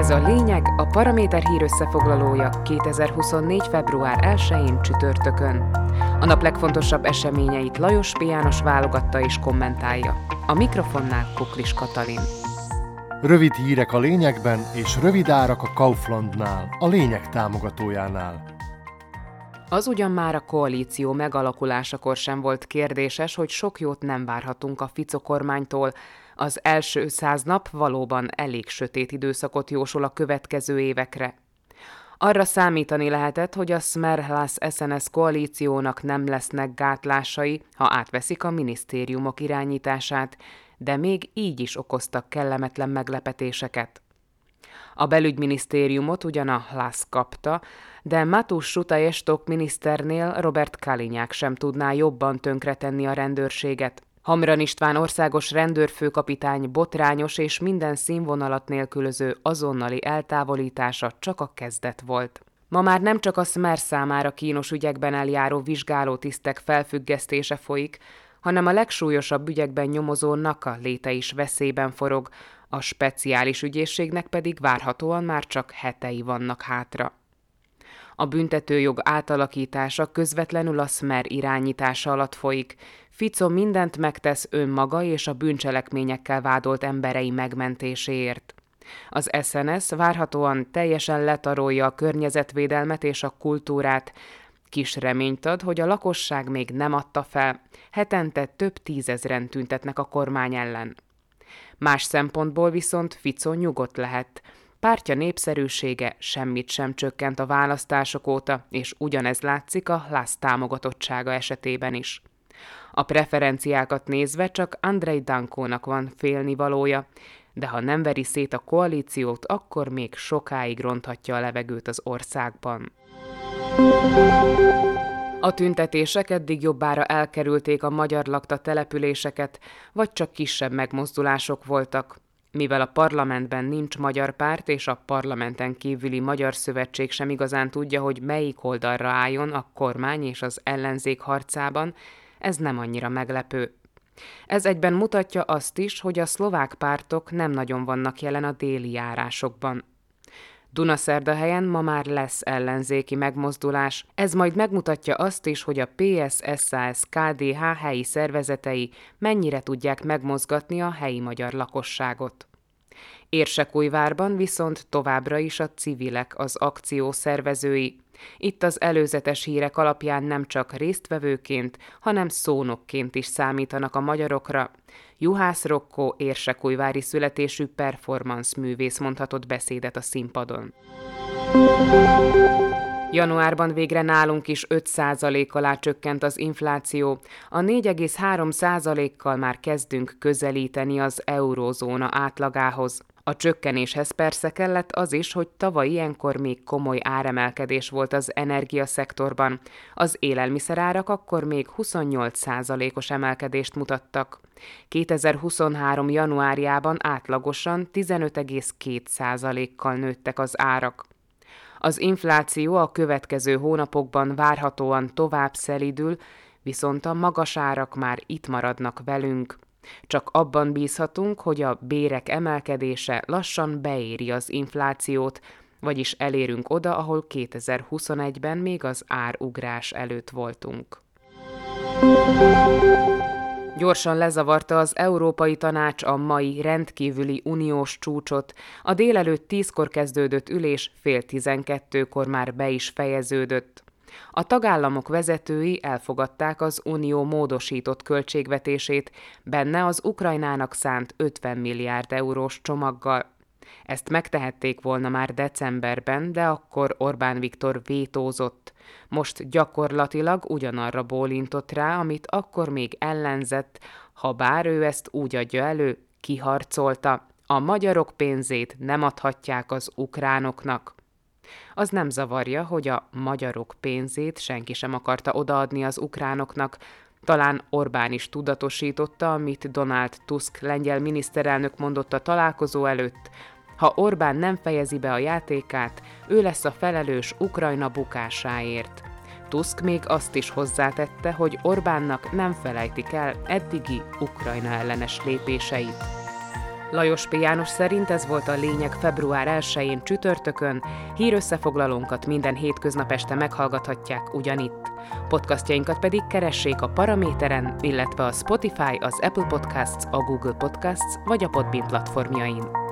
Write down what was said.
Ez a lényeg, a Paraméter hír összefoglalója 2024. február 1-én csütörtökön. A nap legfontosabb eseményeit Lajos P. János válogatta és kommentálja. A mikrofonnál Kuklis Katalin. Rövid hírek a lényegben és rövid árak a Kauflandnál, a lényeg támogatójánál. Az ugyan már a koalíció megalakulásakor sem volt kérdéses, hogy sok jót nem várhatunk a Fico kormánytól. Az első 100 nap valóban elég sötét időszakot jósol a következő évekre. Arra számítani lehetett, hogy a Smer-Hlas-SNS koalíciónak nem lesznek gátlásai, ha átveszik a minisztériumok irányítását, de még így is okoztak kellemetlen meglepetéseket. A belügyminisztériumot ugyan a Hlas kapta, de Mateusz Sutajestok miniszternél Robert Kalinyák sem tudná jobban tönkretenni a rendőrséget. Hamran István országos rendőrfőkapitány botrányos és minden színvonalat nélkülöző azonnali eltávolítása csak a kezdet volt. Ma már nem csak a Smer számára kínos ügyekben eljáró vizsgálótisztek felfüggesztése folyik, hanem a legsúlyosabb ügyekben nyomozó NAKA léte is veszélyben forog, a speciális ügyészségnek pedig várhatóan már csak hetei vannak hátra. A büntetőjog átalakítása közvetlenül a Smer irányítása alatt folyik. Fico mindent megtesz önmaga és a bűncselekményekkel vádolt emberei megmentéséért. Az SNS várhatóan teljesen letarolja a környezetvédelmet és a kultúrát. Kis reményt ad, hogy a lakosság még nem adta fel. Hetente több tízezren tüntetnek a kormány ellen. Más szempontból viszont Fico nyugodt lehet. Pártja népszerűsége semmit sem csökkent a választások óta, és ugyanez látszik a Hlas támogatottsága esetében is. A preferenciákat nézve csak Andrej Dankónak van félnivalója, de ha nem veri szét a koalíciót, akkor még sokáig ronthatja a levegőt az országban. A tüntetések eddig jobbára elkerülték a magyar lakta településeket, vagy csak kisebb megmozdulások voltak. Mivel a parlamentben nincs magyar párt, és a parlamenten kívüli Magyar Szövetség sem igazán tudja, hogy melyik oldalra álljon a kormány és az ellenzék harcában, ez nem annyira meglepő. Ez egyben mutatja azt is, hogy a szlovák pártok nem nagyon vannak jelen a déli járásokban. Dunaszerdahelyen ma már lesz ellenzéki megmozdulás, ez majd megmutatja azt is, hogy a PSS-KDH helyi szervezetei mennyire tudják megmozgatni a helyi magyar lakosságot. Érsekújvárban viszont továbbra is a civilek az akció szervezői. Itt az előzetes hírek alapján nem csak résztvevőként, hanem szónokként is számítanak a magyarokra. Juhász Rokkó érsekújvári születésű performance művész mondhatott beszédet a színpadon. Januárban végre nálunk is 5% alá csökkent az infláció, a 4,3%-kal már kezdünk közelíteni az eurózóna átlagához. A csökkenéshez persze kellett az is, hogy tavaly ilyenkor még komoly áremelkedés volt az energiaszektorban. Az élelmiszerárak akkor még 28%-os emelkedést mutattak. 2023. januárjában átlagosan 15,2%-kal nőttek az árak. Az infláció a következő hónapokban várhatóan tovább szelídül, viszont a magas árak már itt maradnak velünk. Csak abban bízhatunk, hogy a bérek emelkedése lassan beéri az inflációt, vagyis elérünk oda, ahol 2021-ben még az árugrás előtt voltunk. Gyorsan lezavarta az Európai Tanács a mai rendkívüli uniós csúcsot. A délelőtt 10-kor kezdődött ülés fél 12-kor már be is fejeződött. A tagállamok vezetői elfogadták az unió módosított költségvetését, benne az Ukrajnának szánt 50 milliárd eurós csomaggal. Ezt megtehették volna már decemberben, de akkor Orbán Viktor vétózott. Most gyakorlatilag ugyanarra bólintott rá, amit akkor még ellenzett, habár ő ezt úgy adja elő, kiharcolta. A magyarok pénzét nem adhatják az ukránoknak. Az nem zavarja, hogy a magyarok pénzét senki sem akarta odaadni az ukránoknak. Talán Orbán is tudatosította, amit Donald Tusk lengyel miniszterelnök mondott a találkozó előtt. Ha Orbán nem fejezi be a játékát, ő lesz a felelős Ukrajna bukásáért. Tusk még azt is hozzátette, hogy Orbánnak nem felejtik el eddigi Ukrajna ellenes lépéseit. Lajos P. János szerint ez volt a lényeg február 1-én csütörtökön, hírösszefoglalónkat minden hétköznap este meghallgathatják ugyanitt. Podcastjainkat pedig keressék a Paraméteren, illetve a Spotify, az Apple Podcasts, a Google Podcasts vagy a Podbean platformjain.